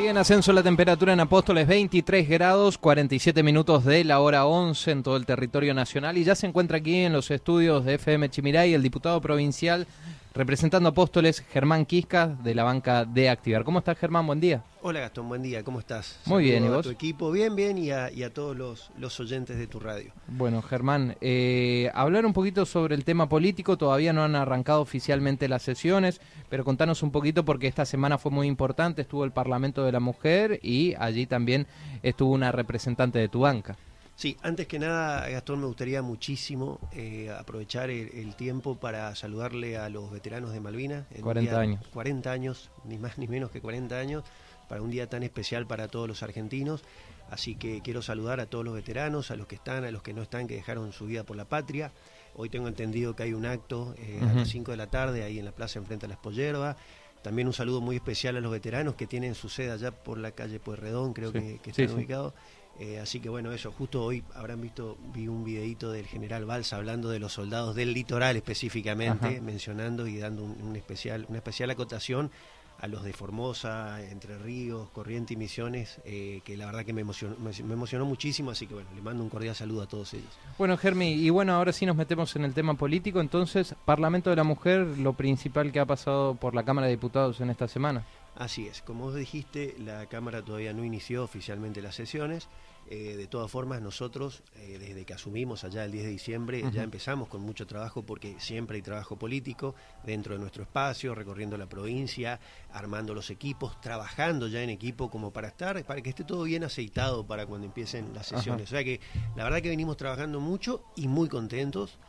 Sigue en ascenso la temperatura en Apóstoles, 23 grados, 47 minutos de la hora 11 en todo el territorio nacional. Y ya se encuentra aquí en los estudios de FM Chimiray el diputado provincial representando Apóstoles, Germán Quisca, de la banca de Activar. ¿Cómo estás, Germán? Buen día. Hola, Gastón, buen día, ¿cómo estás? Muy bien, ¿y vos? A tu equipo, bien, y a todos los oyentes de tu radio. Bueno, Germán, hablar un poquito sobre el tema político. Todavía no han arrancado oficialmente las sesiones, pero contanos un poquito porque esta semana fue muy importante. Estuvo el Parlamento de la Mujer y allí también estuvo una representante de tu banca. Sí, antes que nada, Gastón, me gustaría muchísimo aprovechar el tiempo para saludarle a los veteranos de Malvinas. 40 años. 40 años, ni más ni menos que 40 años, para un día tan especial para todos los argentinos. Así que quiero saludar a todos los veteranos, a los que están, a los que no están, que dejaron su vida por la patria. Hoy tengo entendido que hay un acto a las 5 de la tarde ahí en la plaza enfrente a la Espollerba. También un saludo muy especial a los veteranos que tienen su sede allá por la calle Pueyrredón, creo que están ubicados. Así que bueno, eso, justo hoy habrán visto, vi un videíto del general Balsa hablando de los soldados del litoral específicamente, mencionando y dando una especial acotación a los de Formosa, Entre Ríos, Corrientes y Misiones, que la verdad que me emocionó muchísimo, así que bueno, le mando un cordial saludo a todos ellos. Bueno, Germi, y bueno, ahora sí nos metemos en el tema político. Entonces, Parlamento de la Mujer, lo principal que ha pasado por la Cámara de Diputados en esta semana. Así es, como vos dijiste, la Cámara todavía no inició oficialmente las sesiones. De todas formas, nosotros, desde que asumimos allá el 10 de diciembre, ya empezamos con mucho trabajo, porque siempre hay trabajo político dentro de nuestro espacio, recorriendo la provincia, armando los equipos, trabajando ya en equipo como para que esté todo bien aceitado para cuando empiecen las sesiones. O sea que la verdad que venimos trabajando mucho y muy contentos.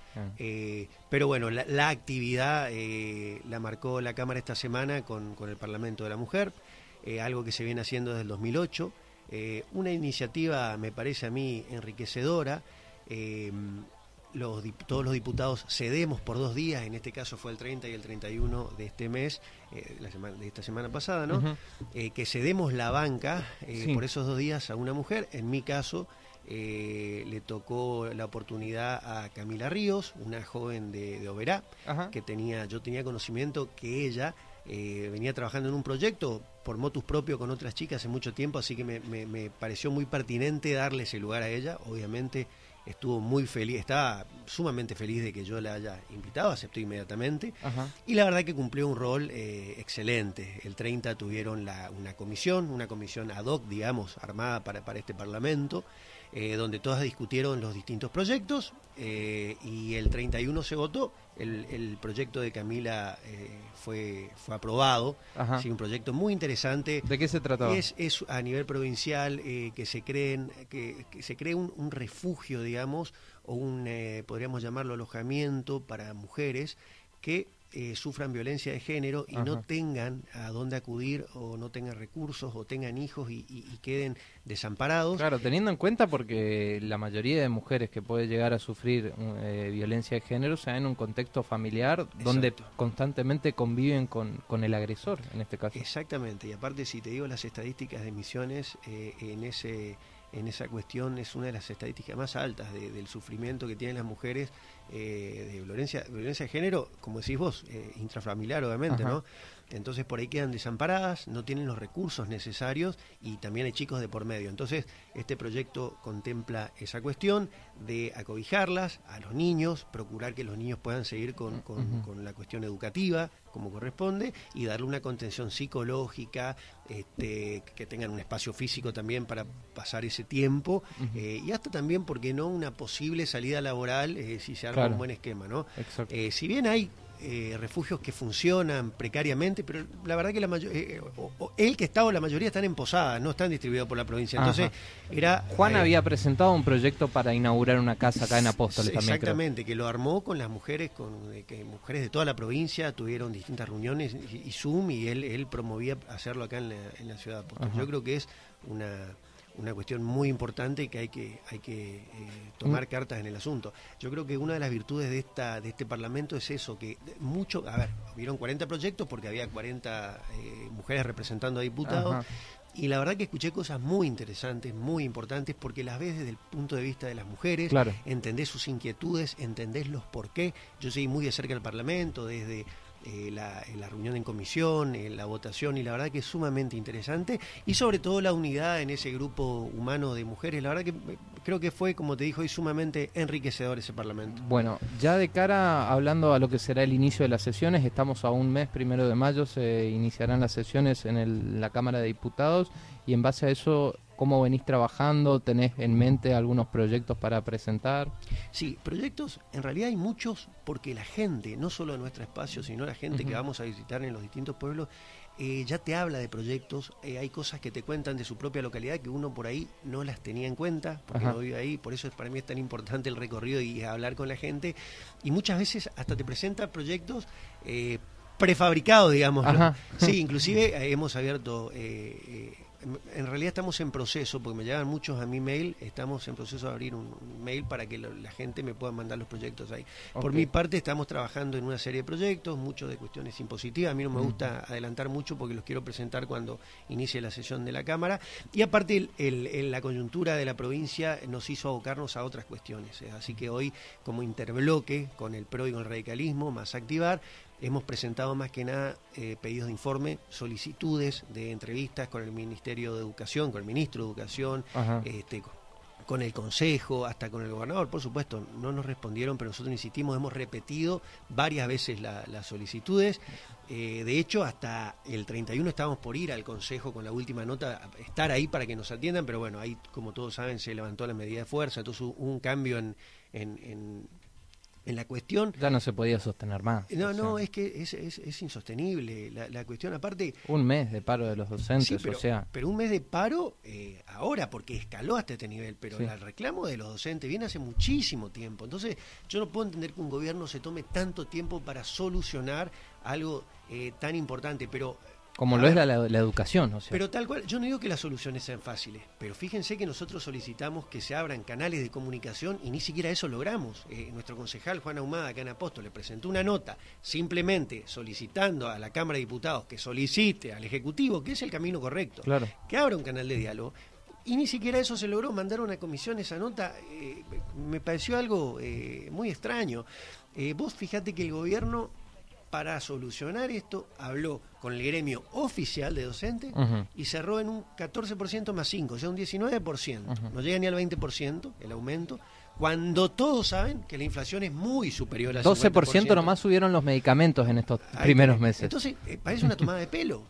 Pero bueno, la actividad la marcó la Cámara esta semana con el Parlamento de la Mujer, algo que se viene haciendo desde el 2008, una iniciativa, me parece a mí, enriquecedora. Todos los diputados cedemos por 2 días, en este caso fue el 30 y el 31 de este mes, de esta semana pasada, ¿no? Que cedemos la banca por esos 2 días a una mujer. En mi caso, le tocó la oportunidad a Camila Ríos, una joven de Oberá, que yo tenía conocimiento que ella venía trabajando en un proyecto por motus propio con otras chicas hace mucho tiempo, así que me pareció muy pertinente darle ese lugar a ella. Obviamente estuvo muy feliz, estaba sumamente feliz de que yo la haya invitado, aceptó inmediatamente, y la verdad que cumplió un rol excelente. El 30 tuvieron una comisión ad hoc, digamos, armada para este Parlamento, donde todas discutieron los distintos proyectos, y el 31 se votó, el proyecto de Camila fue aprobado. Sí, un proyecto muy interesante. ¿De qué se trataba? Es a nivel provincial, que se cree un refugio, digamos, o podríamos llamarlo alojamiento para mujeres que sufran violencia de género y no tengan a dónde acudir, o no tengan recursos, o tengan hijos y queden desamparados. Claro, teniendo en cuenta porque la mayoría de mujeres que puede llegar a sufrir violencia de género se dan en un contexto familiar donde constantemente conviven con el agresor, en este caso. Exactamente, y aparte, si te digo las estadísticas de Misiones, en esa cuestión es una de las estadísticas más altas del sufrimiento que tienen las mujeres de violencia de género, como decís vos, intrafamiliar, obviamente, ¿no? Entonces por ahí quedan desamparadas, no tienen los recursos necesarios, y también hay chicos de por medio. Entonces este proyecto contempla esa cuestión de acobijarlas a los niños, procurar que los niños puedan seguir con la cuestión educativa como corresponde, y darle una contención psicológica, que tengan un espacio físico también para pasar ese tiempo, y hasta también, ¿por qué no?, una posible salida laboral, si se arma un buen esquema, ¿no? Si bien hay refugios que funcionan precariamente, pero la verdad que la mayoría, la mayoría están en Posadas, no están distribuidos por la provincia. Entonces Juan había presentado un proyecto para inaugurar una casa acá en Apóstoles también. Exactamente, que lo armó con las mujeres, que mujeres de toda la provincia tuvieron distintas reuniones y Zoom, y él promovía hacerlo acá en la ciudad de Apóstoles. Yo creo que es una cuestión muy importante, que hay que tomar cartas en el asunto. Yo creo que una de las virtudes de este Parlamento es eso, que hubieron 40 proyectos porque había 40 mujeres representando a diputados, y la verdad que escuché cosas muy interesantes, muy importantes, porque las ves desde el punto de vista de las mujeres, entendés sus inquietudes, entendés los por qué. Yo seguí muy de cerca el Parlamento, desde la reunión en comisión, la votación, y la verdad que es sumamente interesante, y sobre todo la unidad en ese grupo humano de mujeres. La verdad que creo que fue, como te dijo, y sumamente enriquecedor ese Parlamento. Bueno, ya de cara, hablando a lo que será el inicio de las sesiones, estamos a un mes, 1 de mayo, se iniciarán las sesiones en la Cámara de Diputados, y en base a eso, ¿cómo venís trabajando? ¿Tenés en mente algunos proyectos para presentar? Sí, proyectos, en realidad hay muchos, porque la gente, no solo de nuestro espacio, sino la gente que vamos a visitar en los distintos pueblos, ya te habla de proyectos, hay cosas que te cuentan de su propia localidad que uno por ahí no las tenía en cuenta, porque no vive ahí, por eso para mí es tan importante el recorrido y hablar con la gente, y muchas veces hasta te presenta proyectos prefabricados, digamos, ¿no? Sí, inclusive hemos abierto... en realidad estamos en proceso, porque me llegan muchos a mi mail, estamos en proceso de abrir un mail para que la gente me pueda mandar los proyectos ahí. Por mi parte estamos trabajando en una serie de proyectos, muchos de cuestiones impositivas, a mí no me gusta adelantar mucho porque los quiero presentar cuando inicie la sesión de la Cámara, y aparte la coyuntura de la provincia nos hizo abocarnos a otras cuestiones, así que hoy como interbloque con el PRO y con el radicalismo, más activar, hemos presentado más que nada pedidos de informe, solicitudes de entrevistas con el Ministerio de Educación, con el Ministro de Educación, con el Consejo, hasta con el Gobernador. Por supuesto, no nos respondieron, pero nosotros insistimos, hemos repetido varias veces las solicitudes. De hecho, hasta el 31 estábamos por ir al Consejo con la última nota, estar ahí para que nos atiendan, pero bueno, ahí, como todos saben, se levantó la medida de fuerza, entonces hubo un cambio en la cuestión. Ya no se podía sostener más. No, es que es insostenible la cuestión. Aparte, un mes de paro de los docentes, sí, pero un mes de paro ahora, porque escaló hasta este nivel, pero el reclamo de los docentes viene hace muchísimo tiempo. Entonces, yo no puedo entender que un gobierno se tome tanto tiempo para solucionar algo tan importante, pero... Como lo es la educación, o sea. Pero tal cual, yo no digo que las soluciones sean fáciles, pero fíjense que nosotros solicitamos que se abran canales de comunicación y ni siquiera eso logramos. Nuestro concejal Juan Ahumada, acá en Apóstol, le presentó una nota simplemente solicitando a la Cámara de Diputados que solicite al Ejecutivo, que es el camino correcto, que abra un canal de diálogo. Y ni siquiera eso se logró, mandar a una comisión esa nota, me pareció algo muy extraño. Vos fíjate que el gobierno, para solucionar esto, habló con el gremio oficial de docentes y cerró en un 14% más 5, o sea, un 19%. No llega ni al 20% el aumento, cuando todos saben que la inflación es muy superior al 12% nomás subieron los medicamentos en estos primeros meses. Entonces, parece una tomada de pelo.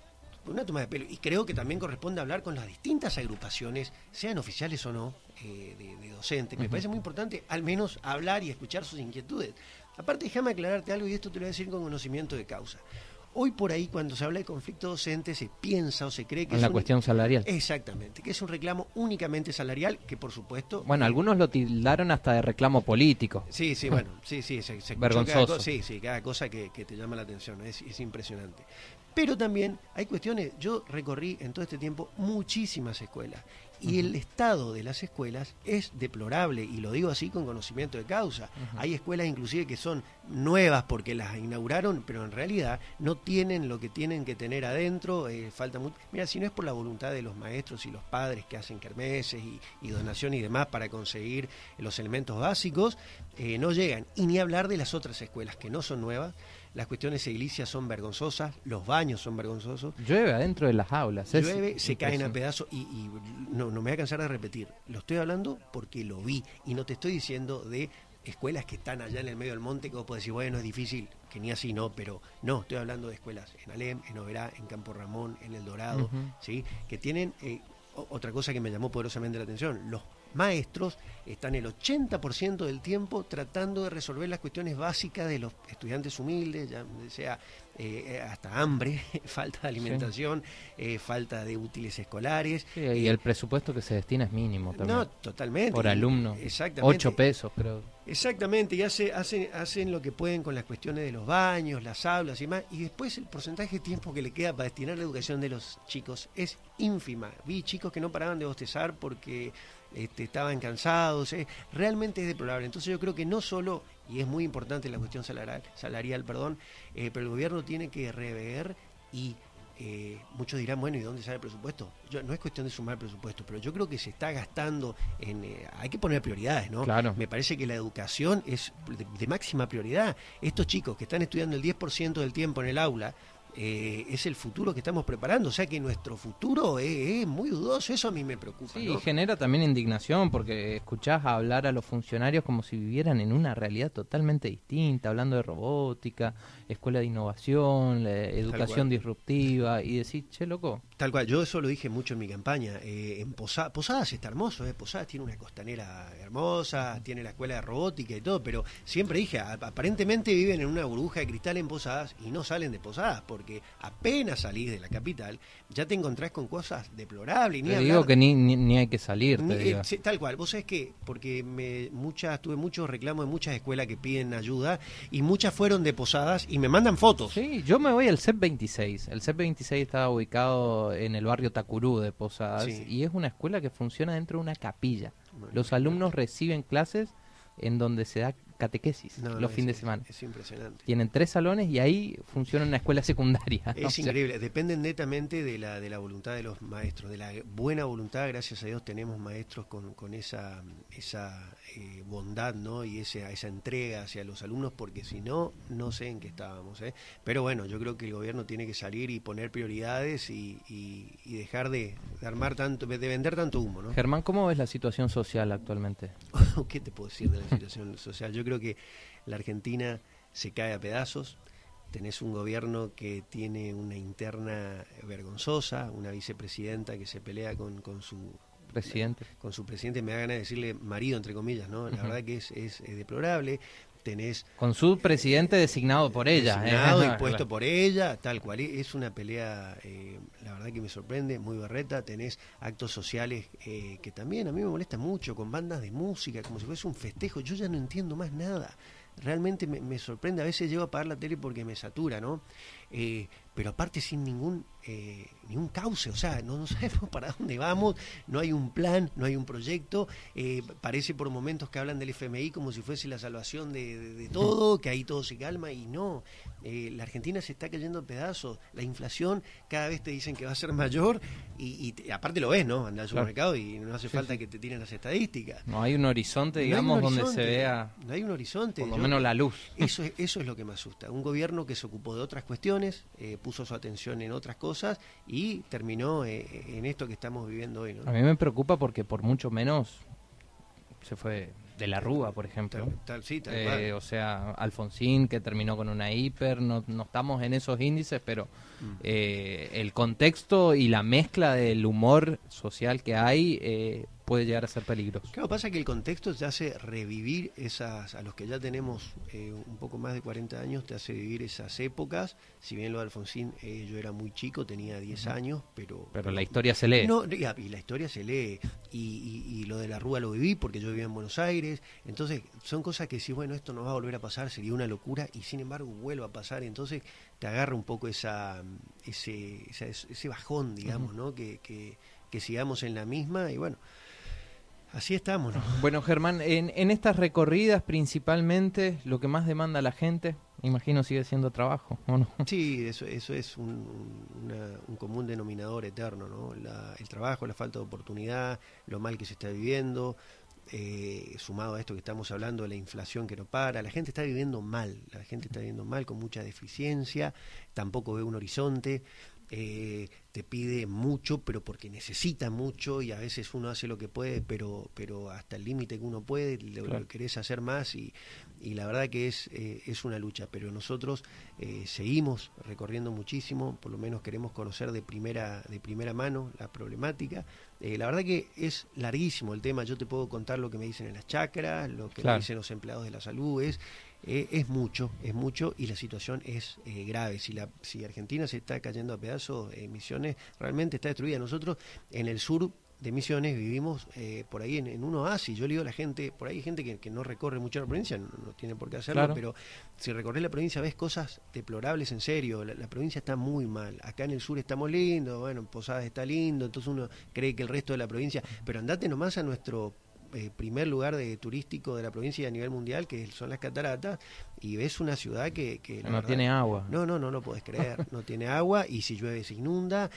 Y creo que también corresponde hablar con las distintas agrupaciones, sean oficiales o no, de docentes. Me parece muy importante al menos hablar y escuchar sus inquietudes. Aparte, déjame aclararte algo, y esto te lo voy a decir con conocimiento de causa. Hoy por ahí, cuando se habla de conflicto docente, se piensa o se cree que es la cuestión salarial. Exactamente, que es un reclamo únicamente salarial, que por supuesto... Bueno, algunos lo tildaron hasta de reclamo político. Sí, bueno, se vergonzoso. Cada cosa que te llama la atención, es impresionante. Pero también hay cuestiones, yo recorrí en todo este tiempo muchísimas escuelas, y el estado de las escuelas es deplorable, y lo digo así con conocimiento de causa. Hay escuelas inclusive que son nuevas porque las inauguraron, pero en realidad no tienen lo que tienen que tener adentro, falta mucho. Mira, si no es por la voluntad de los maestros y los padres que hacen kermeses y donación y demás para conseguir los elementos básicos, no llegan. Y ni hablar de las otras escuelas que no son nuevas. Las cuestiones edilicias son vergonzosas, los baños son vergonzosos. Llueve adentro de las aulas. Llueve, se caen a pedazos y no me voy a cansar de repetir. Lo estoy hablando porque lo vi, y no te estoy diciendo de escuelas que están allá en el medio del monte que vos podés decir, bueno, es difícil, que ni así no, pero no, estoy hablando de escuelas en Alem, en Oberá, en Campo Ramón, en El Dorado, ¿sí? Que tienen otra cosa que me llamó poderosamente la atención, los maestros están el 80% del tiempo tratando de resolver las cuestiones básicas de los estudiantes humildes, ya sea hasta hambre, falta de alimentación, falta de útiles escolares. Sí, y el presupuesto que se destina es mínimo también. No, totalmente. Por alumno. Exactamente. 8 pesos, creo. Exactamente, y hacen lo que pueden con las cuestiones de los baños, las aulas y más, y después el porcentaje de tiempo que le queda para destinar a la educación de los chicos es ínfima. Vi chicos que no paraban de bostezar porque estaban cansados, realmente es deplorable. Entonces yo creo que no solo, y es muy importante la cuestión salarial, pero el gobierno tiene que rever y muchos dirán, bueno, ¿y dónde sale el presupuesto? No es cuestión de sumar presupuesto, pero yo creo que se está gastando en... hay que poner prioridades, ¿no? Claro. Me parece que la educación es de máxima prioridad. Estos chicos que están estudiando el 10% del tiempo en el aula, es el futuro que estamos preparando, o sea que nuestro futuro es muy dudoso, eso a mí me preocupa. Sí, ¿no? y genera también indignación porque escuchás hablar a los funcionarios como si vivieran en una realidad totalmente distinta, hablando de robótica, escuela de innovación, educación disruptiva, y decís, che, loco. Tal cual, yo eso lo dije mucho en mi campaña. En Posadas está hermoso, Posadas tiene una costanera hermosa, tiene la escuela de robótica y todo, pero siempre dije, aparentemente viven en una burbuja de cristal en Posadas y no salen de Posadas, porque apenas salís de la capital, ya te encontrás con cosas deplorables. Te digo que ni hay que salir, te digo. Tal cual, vos sabés que, porque tuve muchos reclamos de muchas escuelas que piden ayuda, y muchas fueron de Posadas y me mandan fotos. Sí, yo me voy al CEP 26. El CEP 26 estaba ubicado en el barrio Tacurú de Posadas, sí, y es una escuela que funciona dentro de una capilla. Bueno, los alumnos reciben clases en donde se da catequesis los fines de semana. Es impresionante. Tienen 3 salones y ahí funciona una escuela secundaria. Es increíble, dependen netamente de la voluntad de los maestros, de la buena voluntad. Gracias a Dios tenemos maestros con esa bondad, ¿no? Y esa entrega hacia los alumnos, porque si no, no sé en qué estábamos, ¿eh? Pero bueno, yo creo que el gobierno tiene que salir y poner prioridades y dejar de armar tanto, de vender tanto humo, ¿no? Germán, ¿cómo ves la situación social actualmente? ¿Qué te puedo decir de la situación social? Yo creo que la Argentina se cae a pedazos. Tenés un gobierno que tiene una interna vergonzosa, una vicepresidenta que se pelea con su presidente. Con su presidente, me da ganas de decirle marido, entre comillas, ¿no? La verdad que es deplorable. Tenés con su presidente designado por ella. Designado y puesto por ella, tal cual. Es una pelea, la verdad que me sorprende, muy berreta. Tenés actos sociales que también a mí me molestan mucho, con bandas de música, como si fuese un festejo. Yo ya no entiendo más nada. Realmente me sorprende. A veces llego a apagar la tele porque me satura, ¿no? Pero aparte sin ningún cauce, o sea, no sabemos para dónde vamos, no hay un plan, no hay un proyecto, parece por momentos que hablan del FMI como si fuese la salvación de todo, que ahí todo se calma, y no, la Argentina se está cayendo a pedazos, la inflación cada vez te dicen que va a ser mayor, y aparte lo ves, ¿no? Andar al supermercado y no hace falta que te tiren las estadísticas. No hay un horizonte, digamos, donde se vea... No hay un horizonte. Por lo menos la luz. Eso es lo que me asusta, un gobierno que se ocupó de otras cuestiones, puso su atención en otras cosas y terminó en esto que estamos viviendo hoy, ¿no? A mí me preocupa porque por mucho menos se fue de la Rúa, por ejemplo. Tal o sea, Alfonsín, que terminó con una hiper, no estamos en esos índices, pero el contexto y la mezcla del humor social que hay puede llegar a ser peligroso. Claro, pasa que el contexto te hace revivir a los que ya tenemos un poco más de 40 años, te hace vivir esas épocas. Si bien lo de Alfonsín, yo era muy chico, tenía 10 años, pero la historia se lee. No, y la historia se lee, y lo de la Rúa lo viví porque yo vivía en Buenos Aires, entonces son cosas que si bueno, esto no va a volver a pasar, sería una locura, y sin embargo vuelve a pasar, entonces te agarra un poco ese bajón, digamos, ¿no? Que sigamos en la misma, y bueno, así estamos, ¿no? Bueno, Germán, en estas recorridas principalmente, lo que más demanda la gente, imagino sigue siendo trabajo, ¿o no? Sí, eso es un común denominador eterno, ¿no? El trabajo, la falta de oportunidad, lo mal que se está viviendo, sumado a esto que estamos hablando, la inflación que no para, la gente está viviendo mal, con mucha deficiencia, tampoco ve un horizonte. Te pide mucho, pero porque necesita mucho, y a veces uno hace lo que puede, pero hasta el límite que uno puede, lo querés hacer más, y la verdad que es una lucha, pero nosotros seguimos recorriendo muchísimo, por lo menos queremos conocer de primera mano la problemática. La verdad que es larguísimo el tema, yo te puedo contar lo que me dicen en las chacras, lo que me dicen los empleados de la salud, es mucho, y la situación es grave. Si Argentina se está cayendo a pedazos, Misiones realmente está destruida. Nosotros en el sur de Misiones vivimos por ahí en un oasis. Yo le digo a la gente, por ahí hay gente que no recorre mucho la provincia, no tiene por qué hacerlo, pero si recorres la provincia ves cosas deplorables, en serio. La provincia está muy mal. Acá en el sur estamos lindos, bueno, en Posadas está lindo, entonces uno cree que el resto de la provincia, pero andate nomás a nuestro primer lugar turístico de la provincia y a nivel mundial, que son las cataratas, y ves una ciudad que no verdad, tiene agua. No podés creer, no tiene agua, y si llueve se inunda,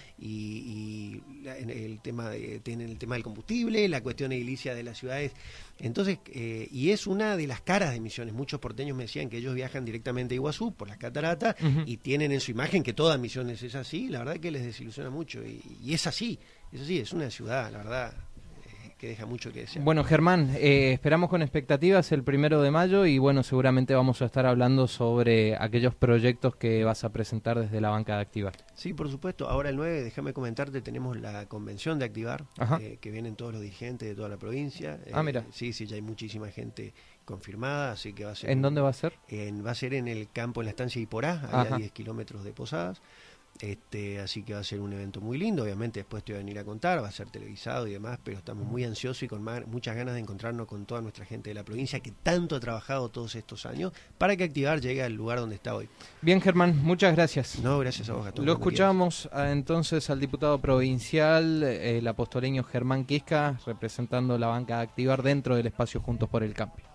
el tema del combustible, la cuestión edilicia de las ciudades. Entonces, y es una de las caras de Misiones. Muchos porteños me decían que ellos viajan directamente a Iguazú por las cataratas y tienen en su imagen que toda Misiones es así. La verdad que les desilusiona mucho, y es así, es una ciudad, la verdad, que deja mucho que desear. Bueno, Germán, esperamos con expectativas el 1 de mayo y bueno, seguramente vamos a estar hablando sobre aquellos proyectos que vas a presentar desde la banca de Activar. Sí, por supuesto. Ahora el 9, déjame comentarte, tenemos la convención de Activar, que vienen todos los dirigentes de toda la provincia. Mira. Sí, ya hay muchísima gente confirmada, así que va a ser... ¿En dónde va a ser? Va a ser en el campo, en la estancia Iporá, a 10 kilómetros de Posadas. Así que va a ser un evento muy lindo. Obviamente después te voy a venir a contar, va a ser televisado y demás, pero estamos muy ansiosos y con muchas ganas de encontrarnos con toda nuestra gente de la provincia que tanto ha trabajado todos estos años para que Activar llegue al lugar donde está hoy. Bien, Germán, muchas gracias. No, gracias a vos, Gastón. Lo escuchamos entonces al diputado provincial, el apostoleño Germán Quisca, representando la banca de Activar dentro del espacio Juntos por el Cambio.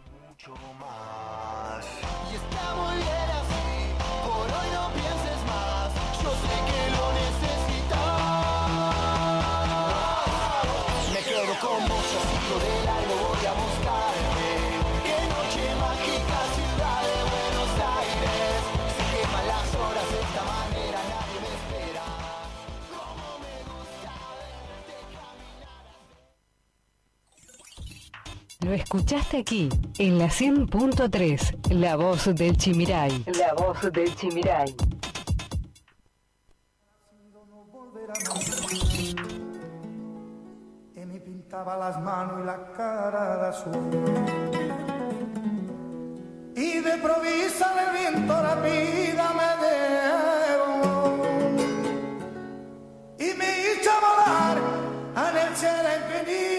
Lo escuchaste aquí, en la 100.3, La Voz del Chimiray. La Voz del Chimiray. Y me pintaba las manos y la cara de azul. Y de provisa el viento la vida me debo. Y me hizo volar en el cielo infinito.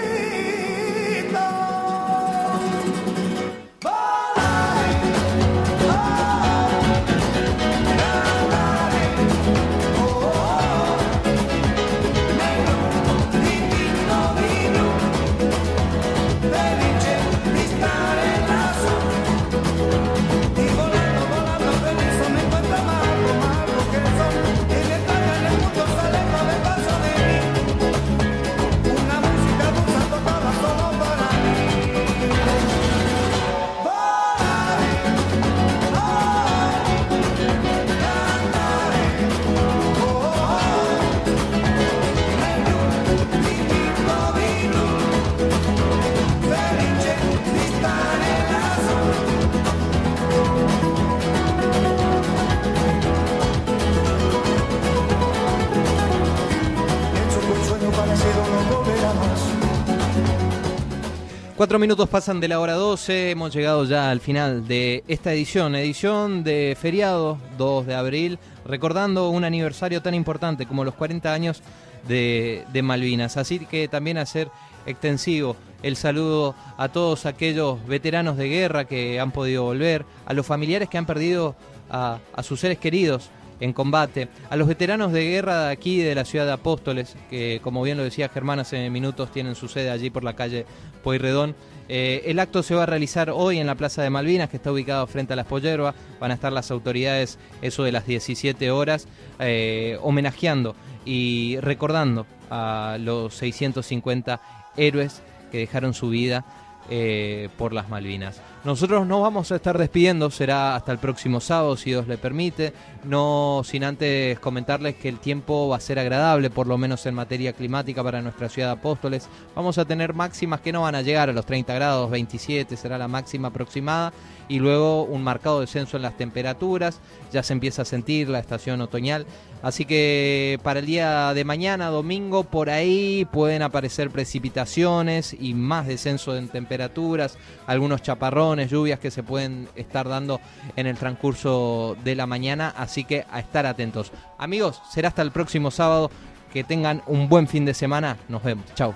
Cuatro minutos pasan de la hora 12, hemos llegado ya al final de esta edición de feriado 2 de abril, recordando un aniversario tan importante como los 40 años de Malvinas. Así que también hacer extensivo el saludo a todos aquellos veteranos de guerra que han podido volver, a los familiares que han perdido a sus seres queridos en combate, a los veteranos de guerra de aquí, de la ciudad de Apóstoles, que como bien lo decía Germán hace minutos, tienen su sede allí por la calle Pueyrredón. El acto se va a realizar hoy en la Plaza de Malvinas, que está ubicado frente a las Pollerbas. Van a estar las autoridades, eso de las 17 horas, homenajeando y recordando a los 650 héroes que dejaron su vida por las Malvinas. Nosotros nos vamos a estar despidiendo, será hasta el próximo sábado, si Dios le permite, no sin antes comentarles que el tiempo va a ser agradable, por lo menos en materia climática para nuestra ciudad de Apóstoles. Vamos a tener máximas que no van a llegar a los 30 grados, 27 será la máxima aproximada, y luego un marcado descenso en las temperaturas, ya se empieza a sentir la estación otoñal, así que para el día de mañana, domingo, por ahí pueden aparecer precipitaciones y más descenso en temperaturas, algunos chaparrones, lluvias que se pueden estar dando en el transcurso de la mañana, así que a estar atentos. Amigos, será hasta el próximo sábado, que tengan un buen fin de semana, nos vemos, chao.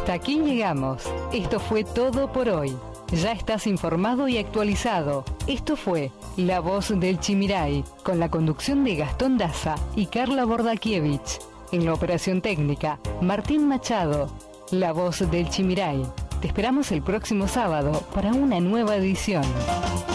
Hasta aquí llegamos. Esto fue todo por hoy. Ya estás informado y actualizado. Esto fue La Voz del Chimiray, con la conducción de Gastón Daza y Carla Bordakiewicz. En la operación técnica, Martín Machado. La Voz del Chimiray. Te esperamos el próximo sábado para una nueva edición.